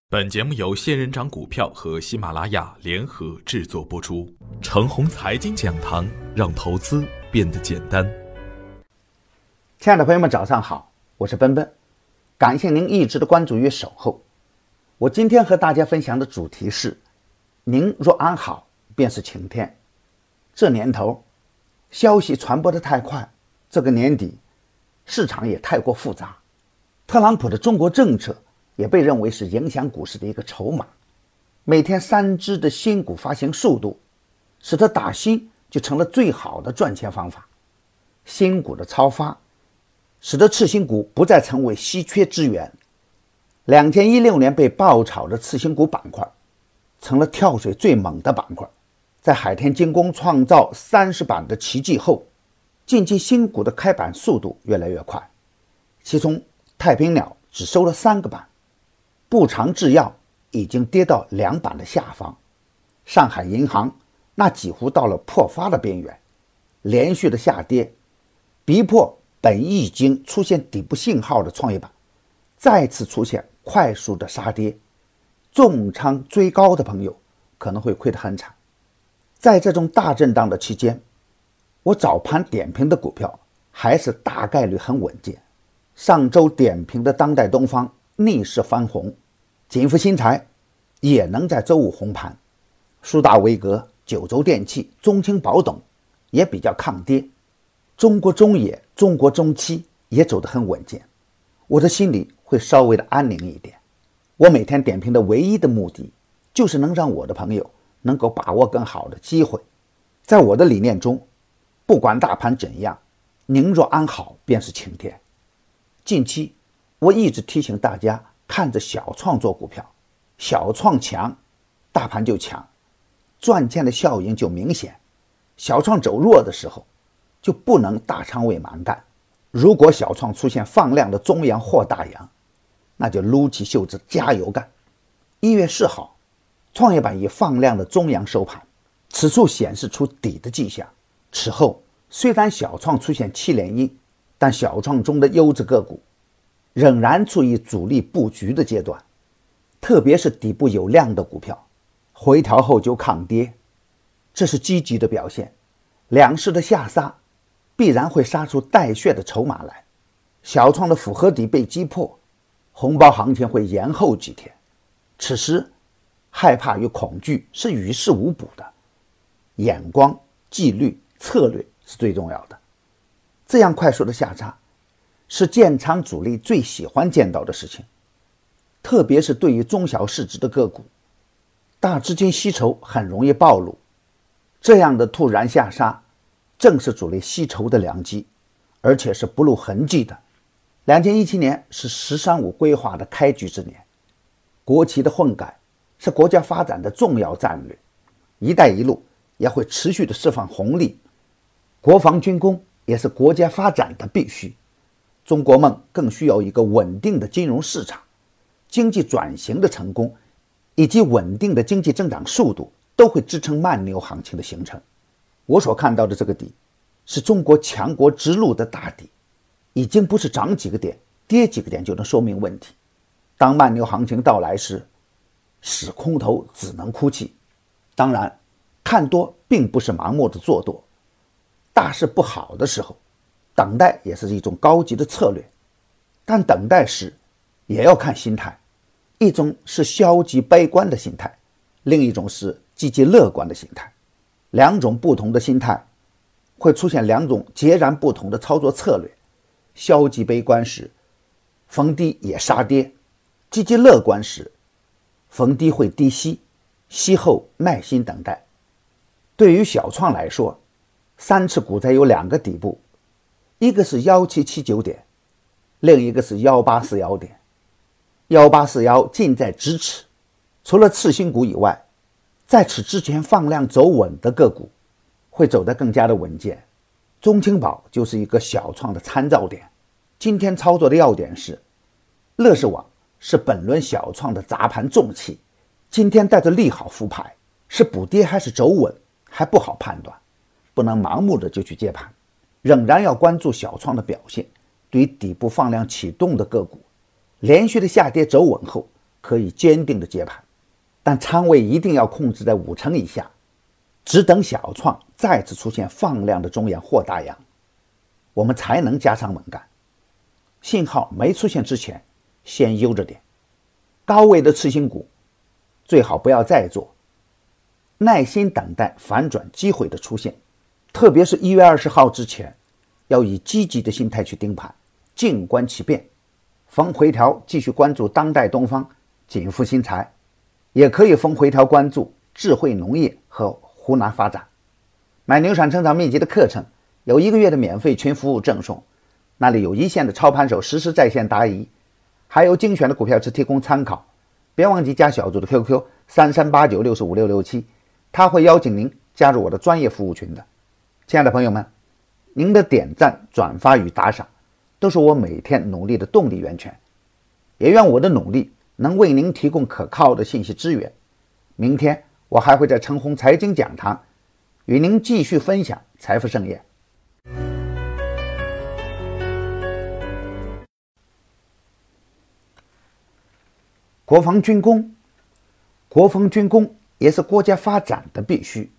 本节目由仙人掌股票和喜马拉雅联合制作播出。程红财经讲堂，让投资变得简单。 亲爱的朋友们，早上好，我是奔奔，感谢您一直的关注与守候。我今天和大家分享的主题是：您若安好，便是晴天。这年头，消息传播得太快，这个年底，市场也太过复杂。特朗普的中国政策也被认为是影响股市的一个筹码。每天3只的新股发行速度，使得打新就成了最好的赚钱方法。新股的超发，使得次新股不再成为稀缺资源。2016年被爆炒的次新股板块，成了跳水最猛的板块。在海天精工创造30板的奇迹后，近期新股的开板速度越来越快。其中太平鸟只收了3个板，步长制药已经跌到2板的下方，上海银行那几乎到了破发的边缘，连续的下跌逼迫本已经出现底部信号的创业板再次出现快速的杀跌，重仓追高的朋友可能会亏得很惨。在这种大震荡的期间，我早盘点评的股票还是大概率很稳健。上周点评的当代东方逆势翻红，锦福新材也能在周五红盘，苏大维格、九州电器、中青宝等也比较抗跌，中国中冶、中国中期也走得很稳健，我的心里会稍微的安宁一点。我每天点评的唯一的目的，就是能让我的朋友能够把握更好的机会。在我的理念中，不管大盘怎样，您若安好便是晴天。近期我一直提醒大家看着小创做股票，小创强，大盘就强，赚钱的效应就明显。小创走弱的时候，就不能大仓位蛮干。如果小创出现放量的中阳或大阳，那就撸起袖子加油干。1月4号，创业板以放量的中阳收盘，此处显示出底的迹象。此后虽然小创出现7连阴，但小创中的优质个股仍然处于主力布局的阶段，特别是底部有量的股票，回调后就抗跌，这是积极的表现。两市的下杀必然会杀出带血的筹码来，小创的复合底被击破，红包行情会延后几天。此时害怕与恐惧是于事无补的，眼光、纪律、策略是最重要的。这样快速的下杀是建仓主力最喜欢见到的事情，特别是对于中小市值的个股，大资金吸筹很容易暴露。这样的突然下杀正是主力吸筹的良机，而且是不露痕迹的。2017年是“十三五”规划的开局之年，国企的混改是国家发展的重要战略，一带一路也会持续的释放红利，国防军工也是国家发展的必须。中国梦更需要一个稳定的金融市场，经济转型的成功以及稳定的经济增长速度都会支撑慢牛行情的形成。我所看到的这个底是中国强国之路的大底，已经不是涨几个点跌几个点就能说明问题。当慢牛行情到来时，死空头只能哭泣。当然，看多并不是盲目的做多，大势不好的时候，等待也是一种高级的策略，但等待时也要看心态，一种是消极悲观的心态，另一种是积极乐观的心态。两种不同的心态会出现2种截然不同的操作策略。消极悲观时，逢低也杀跌；积极乐观时，逢低会低吸，吸后耐心等待。对于小创来说，3次股灾有2个底部，一个是1779点，另一个是1841点。1841近在咫尺，除了次新股以外，在此之前放量走稳的个股会走得更加的稳健。中青宝就是一个小创的参照点。今天操作的要点是，乐视网是本轮小创的砸盘重器，今天带着利好复牌，是补跌还是走稳还不好判断，不能盲目的就去接盘，仍然要关注小创的表现。对于底部放量启动的个股，连续的下跌走稳后， 可以坚定的接盘，但仓位一定要控制在5成以下，只等小创再次出现放量的中阳或大阳，我们才能加仓猛干。信号没出现之前，先悠着点。高位的次新股最好不要再做，耐心等待反转机会的出现，特别是1月20号之前，要以积极的心态去盯盘，静观其变。逢回调继续关注当代东方、锦富新材，也可以逢回调关注智慧农业和湖南发展。买牛产成长秘籍的课程，有1个月的免费群服务赠送，那里有一线的操盘手实时在线答疑，还有精选的股票池提供参考。别忘记加小组的 QQ 3389656667，他会邀请您加入我的专业服务群的。亲爱的朋友们，您的点赞、转发与打赏都是我每天努力的动力源泉，也愿我的努力能为您提供可靠的信息资源。明天我还会在陈红财经讲堂与您继续分享财富盛宴。国防军工也是国家发展的必须。